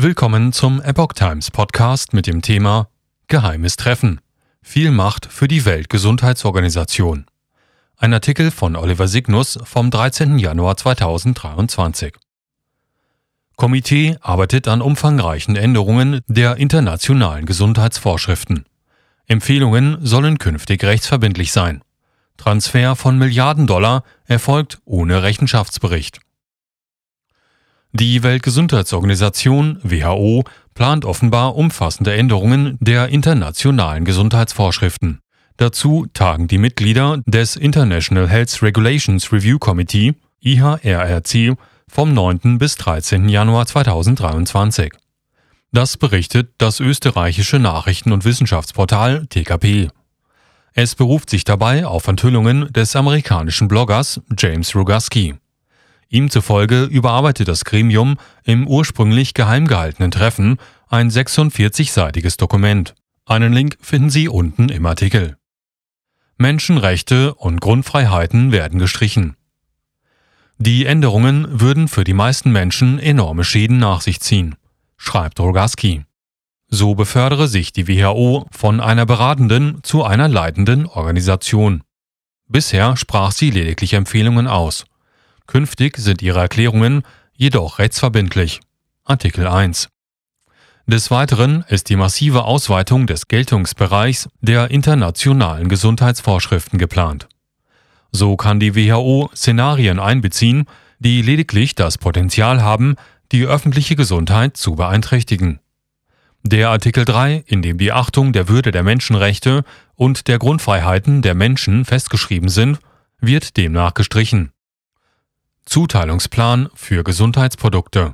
Willkommen zum Epoch Times Podcast mit dem Thema Geheimes Treffen. Viel Macht für die Weltgesundheitsorganisation. Ein Artikel von Oliver Signus vom 13. Januar 2023. Komitee arbeitet an umfangreichen Änderungen der internationalen Gesundheitsvorschriften. Empfehlungen sollen künftig rechtsverbindlich sein. Transfer von Milliarden Dollar erfolgt ohne Rechenschaftsbericht. Die Weltgesundheitsorganisation WHO plant offenbar umfassende Änderungen der internationalen Gesundheitsvorschriften. Dazu tagen die Mitglieder des International Health Regulations Review Committee (IHRC) vom 9. bis 13. Januar 2023. Das berichtet das österreichische Nachrichten- und Wissenschaftsportal TKP. Es beruft sich dabei auf Enthüllungen des amerikanischen Bloggers James Roguski. Ihm zufolge überarbeitet das Gremium im ursprünglich geheim gehaltenen Treffen ein 46-seitiges Dokument. Einen Link finden Sie unten im Artikel. Menschenrechte und Grundfreiheiten werden gestrichen. Die Änderungen würden für die meisten Menschen enorme Schäden nach sich ziehen, schreibt Roguski. So befördere sich die WHO von einer beratenden zu einer leitenden Organisation. Bisher sprach sie lediglich Empfehlungen aus. Künftig sind ihre Erklärungen jedoch rechtsverbindlich. Artikel 1. Des Weiteren ist die massive Ausweitung des Geltungsbereichs der internationalen Gesundheitsvorschriften geplant. So kann die WHO Szenarien einbeziehen, die lediglich das Potenzial haben, die öffentliche Gesundheit zu beeinträchtigen. Der Artikel 3, in dem die Achtung der Würde der Menschenrechte und der Grundfreiheiten der Menschen festgeschrieben sind, wird demnach gestrichen. Zuteilungsplan für Gesundheitsprodukte.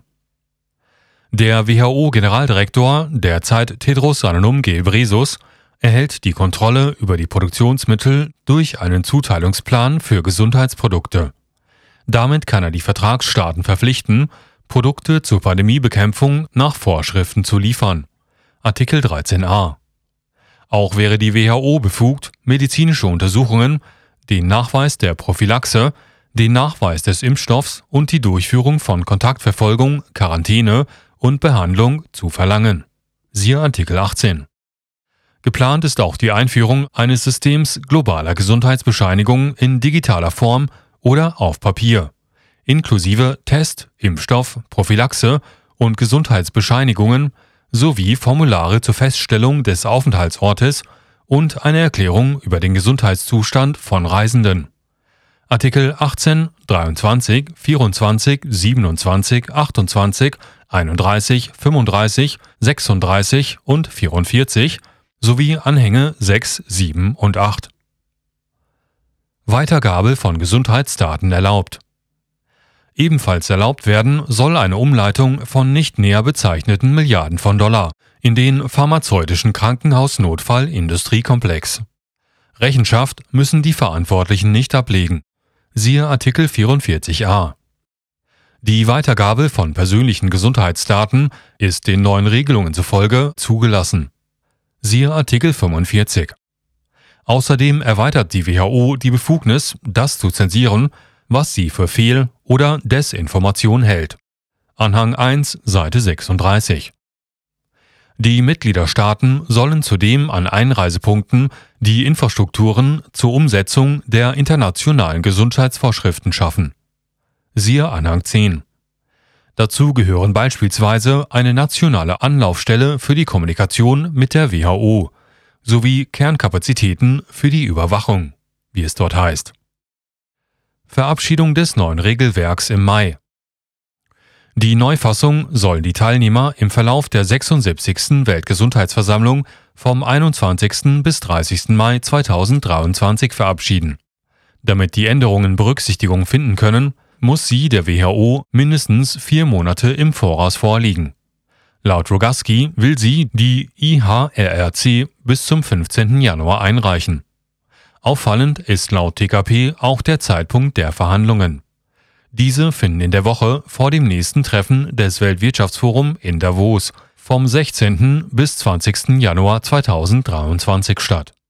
Der WHO-Generaldirektor, derzeit Tedros Adhanom Ghebreyesus, erhält die Kontrolle über die Produktionsmittel durch einen Zuteilungsplan für Gesundheitsprodukte. Damit kann er die Vertragsstaaten verpflichten, Produkte zur Pandemiebekämpfung nach Vorschriften zu liefern. Artikel 13a. Auch wäre die WHO befugt, medizinische Untersuchungen, den Nachweis der Prophylaxe, den Nachweis des Impfstoffs und die Durchführung von Kontaktverfolgung, Quarantäne und Behandlung zu verlangen. Siehe Artikel 18. Geplant ist auch die Einführung eines Systems globaler Gesundheitsbescheinigungen in digitaler Form oder auf Papier, inklusive Test, Impfstoff, Prophylaxe und Gesundheitsbescheinigungen sowie Formulare zur Feststellung des Aufenthaltsortes und eine Erklärung über den Gesundheitszustand von Reisenden. Artikel 18, 23, 24, 27, 28, 31, 35, 36 und 44 sowie Anhänge 6, 7 und 8. Weitergabe von Gesundheitsdaten erlaubt. Ebenfalls erlaubt werden soll eine Umleitung von nicht näher bezeichneten Milliarden von Dollar in den pharmazeutischen Krankenhausnotfall-Industriekomplex. Rechenschaft müssen die Verantwortlichen nicht ablegen. Siehe Artikel 44a. Die Weitergabe von persönlichen Gesundheitsdaten ist den neuen Regelungen zufolge zugelassen. Siehe Artikel 45. Außerdem erweitert die WHO die Befugnis, das zu zensieren, was sie für Fehl- oder Desinformation hält. Anhang 1, Seite 36. Die Mitgliederstaaten sollen zudem an Einreisepunkten die Infrastrukturen zur Umsetzung der internationalen Gesundheitsvorschriften schaffen. Siehe Anhang 10. Dazu gehören beispielsweise eine nationale Anlaufstelle für die Kommunikation mit der WHO sowie Kernkapazitäten für die Überwachung, wie es dort heißt. Verabschiedung des neuen Regelwerks im Mai. Die Neufassung sollen die Teilnehmer im Verlauf der 76. Weltgesundheitsversammlung vom 21. bis 30. Mai 2023 verabschieden. Damit die Änderungen Berücksichtigung finden können, muss sie der WHO mindestens 4 Monate im Voraus vorliegen. Laut Roguski will sie die IHRC bis zum 15. Januar einreichen. Auffallend ist laut TKP auch der Zeitpunkt der Verhandlungen. Diese finden in der Woche vor dem nächsten Treffen des Weltwirtschaftsforums in Davos vom 16. bis 20. Januar 2023 statt.